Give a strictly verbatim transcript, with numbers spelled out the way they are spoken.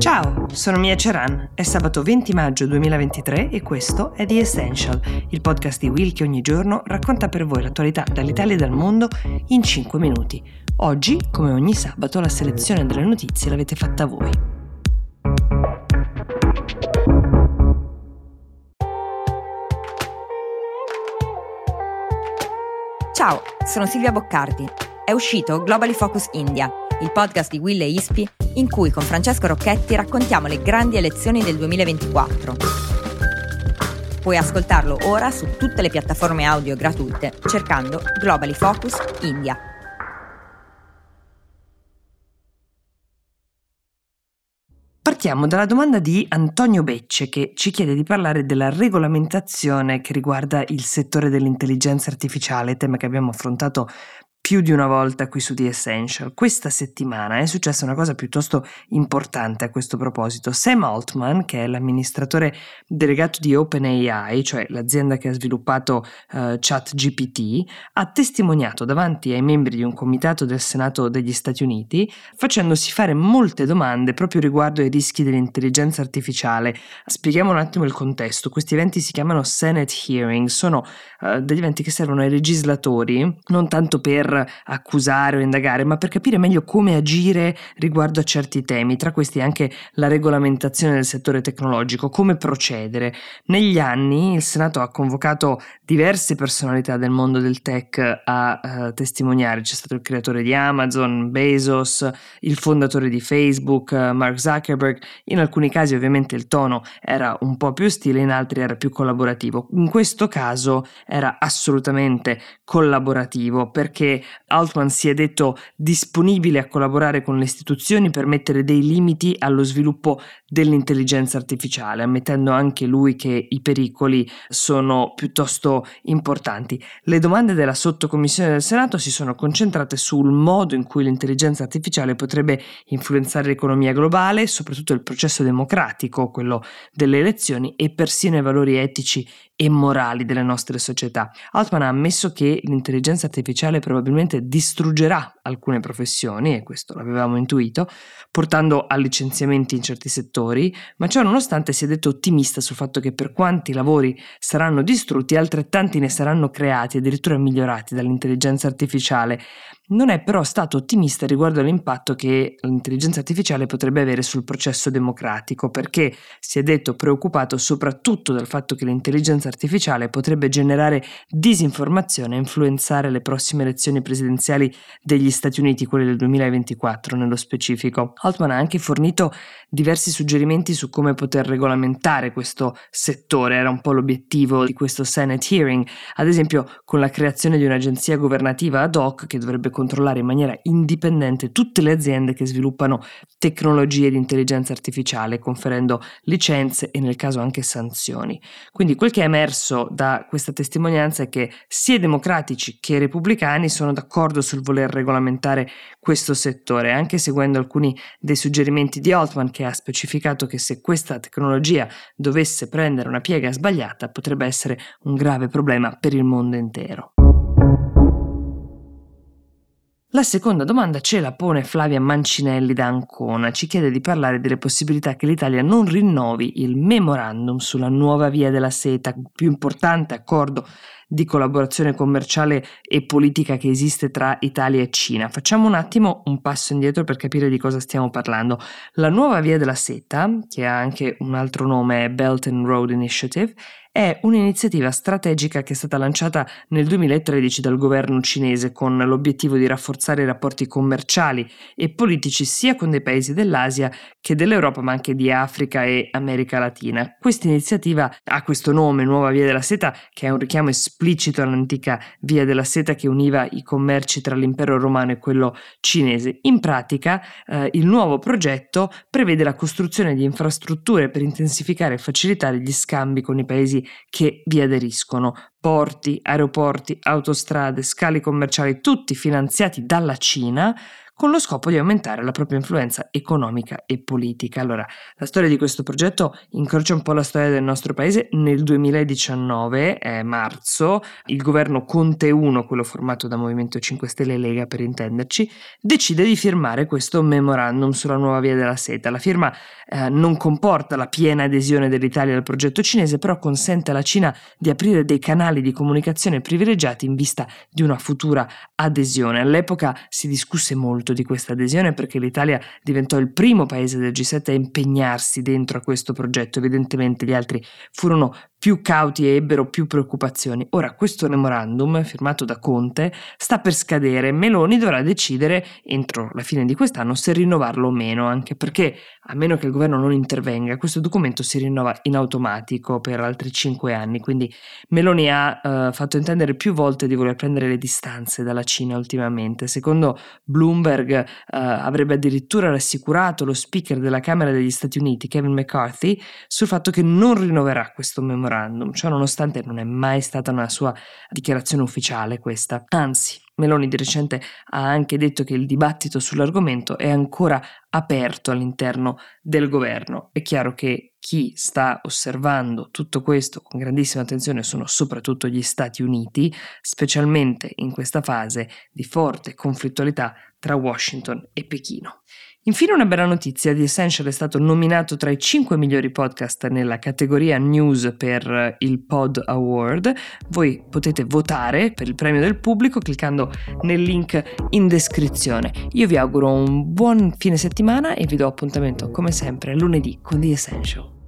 Ciao, sono Mia Ceran, è sabato venti maggio duemilaventitré e questo è The Essential, il podcast di Will che ogni giorno racconta per voi l'attualità dall'Italia e dal mondo in cinque minuti. Oggi, come ogni sabato, la selezione delle notizie l'avete fatta voi. Ciao, sono Silvia Boccardi. È uscito Globally Focus India, il podcast di Will e Ispi, in cui con Francesco Rocchetti raccontiamo le grandi elezioni del duemilaventiquattro. Puoi ascoltarlo ora su tutte le piattaforme audio gratuite cercando Globally Focus India. Partiamo dalla domanda di Antonio Becce, che ci chiede di parlare della regolamentazione che riguarda il settore dell'intelligenza artificiale, tema che abbiamo affrontato più di una volta qui su The Essential. Questa settimana è successa una cosa piuttosto importante a questo proposito. Sam Altman, che è l'amministratore delegato di OpenAI, cioè l'azienda che ha sviluppato uh, ChatGPT, ha testimoniato davanti ai membri di un comitato del Senato degli Stati Uniti, facendosi fare molte domande proprio riguardo ai rischi dell'intelligenza artificiale. Spieghiamo un attimo il contesto. Questi eventi si chiamano Senate Hearing, sono uh, degli eventi che servono ai legislatori non tanto per accusare o indagare, ma per capire meglio come agire riguardo a certi temi, tra questi anche la regolamentazione del settore tecnologico, come procedere. Negli anni il Senato ha convocato diverse personalità del mondo del tech a uh, testimoniare. C'è stato il creatore di Amazon, Bezos, il fondatore di Facebook, uh, Mark Zuckerberg. In alcuni casi ovviamente il tono era un po' più ostile, in altri era più collaborativo. In questo caso era assolutamente collaborativo, perché Altman si è detto disponibile a collaborare con le istituzioni per mettere dei limiti allo sviluppo dell'intelligenza artificiale, ammettendo anche lui che i pericoli sono piuttosto importanti. Le domande della sottocommissione del Senato si sono concentrate sul modo in cui l'intelligenza artificiale potrebbe influenzare l'economia globale, soprattutto il processo democratico, quello delle elezioni, e persino i valori etici e morali delle nostre società. Altman ha ammesso che l'intelligenza artificiale probabilmente distruggerà alcune professioni, e questo l'avevamo intuito, portando a licenziamenti in certi settori, ma ciò nonostante si è detto ottimista sul fatto che per quanti lavori saranno distrutti, altrettanti ne saranno creati, addirittura migliorati dall'intelligenza artificiale. Non è però stato ottimista riguardo all'impatto che l'intelligenza artificiale potrebbe avere sul processo democratico, perché si è detto preoccupato soprattutto dal fatto che l'intelligenza artificiale potrebbe generare disinformazione e influenzare le prossime elezioni presidenziali degli Stati Uniti, quelle del duemilaventiquattro nello specifico. Altman ha anche fornito diversi suggerimenti su come poter regolamentare questo settore, era un po' l'obiettivo di questo Senate Hearing, ad esempio con la creazione di un'agenzia governativa ad hoc che dovrebbe controllare in maniera indipendente tutte le aziende che sviluppano tecnologie di intelligenza artificiale, conferendo licenze e nel caso anche sanzioni. Quindi quel che è emerso da questa testimonianza è che sia i democratici che i repubblicani sono d'accordo sul voler regolamentare questo settore, anche seguendo alcuni dei suggerimenti di Altman, che ha specificato che se questa tecnologia dovesse prendere una piega sbagliata potrebbe essere un grave problema per il mondo intero. La seconda domanda ce la pone Flavia Mancinelli da Ancona. Ci chiede di parlare delle possibilità che l'Italia non rinnovi il memorandum sulla nuova via della seta, il più importante accordo di collaborazione commerciale e politica che esiste tra Italia e Cina. Facciamo un attimo un passo indietro per capire di cosa stiamo parlando. La nuova via della seta, che ha anche un altro nome, Belt and Road Initiative, è un'iniziativa strategica che è stata lanciata nel duemilatredici dal governo cinese con l'obiettivo di rafforzare i rapporti commerciali e politici sia con dei paesi dell'Asia che dell'Europa, ma anche di Africa e America Latina. Questa iniziativa ha questo nome, Nuova Via della Seta, che è un richiamo esplicito all'antica Via della Seta che univa i commerci tra l'impero romano e quello cinese. In pratica, eh, il nuovo progetto prevede la costruzione di infrastrutture per intensificare e facilitare gli scambi con i paesi che vi aderiscono. Porti, aeroporti, autostrade, scali commerciali, tutti finanziati dalla Cina, con lo scopo di aumentare la propria influenza economica e politica. Allora, la storia di questo progetto incrocia un po' la storia del nostro paese. Nel duemiladiciannove, eh, marzo, il governo Conte uno, quello formato da Movimento cinque Stelle e Lega per intenderci, decide di firmare questo memorandum sulla nuova via della seta. La firma eh, non comporta la piena adesione dell'Italia al progetto cinese, però consente alla Cina di aprire dei canali di comunicazione privilegiati in vista di una futura adesione. All'epoca si discusse molto di questa adesione perché l'Italia diventò il primo paese del G sette a impegnarsi dentro a questo progetto. Evidentemente gli altri furono più cauti e ebbero più preoccupazioni. Ora questo memorandum, firmato da Conte, sta per scadere. Meloni dovrà decidere entro la fine di quest'anno se rinnovarlo o meno, anche perché, a meno che il governo non intervenga, questo documento si rinnova in automatico per altri cinque anni. Quindi Meloni ha eh, fatto intendere più volte di voler prendere le distanze dalla Cina ultimamente. Secondo Bloomberg eh, avrebbe addirittura rassicurato lo speaker della Camera degli Stati Uniti, Kevin McCarthy, sul fatto che non rinnoverà questo memorandum. Ciò nonostante non è mai stata una sua dichiarazione ufficiale questa. Anzi, Meloni di recente ha anche detto che il dibattito sull'argomento è ancora aperto all'interno del governo. È chiaro che chi sta osservando tutto questo con grandissima attenzione sono soprattutto gli Stati Uniti, specialmente in questa fase di forte conflittualità tra Washington e Pechino. Infine una bella notizia: The Essential è stato nominato tra i cinque migliori podcast nella categoria News per il Pod Award. Voi potete votare per il premio del pubblico cliccando nel link in descrizione. Io vi auguro un buon fine settimana e vi do appuntamento come sempre lunedì con The Essential.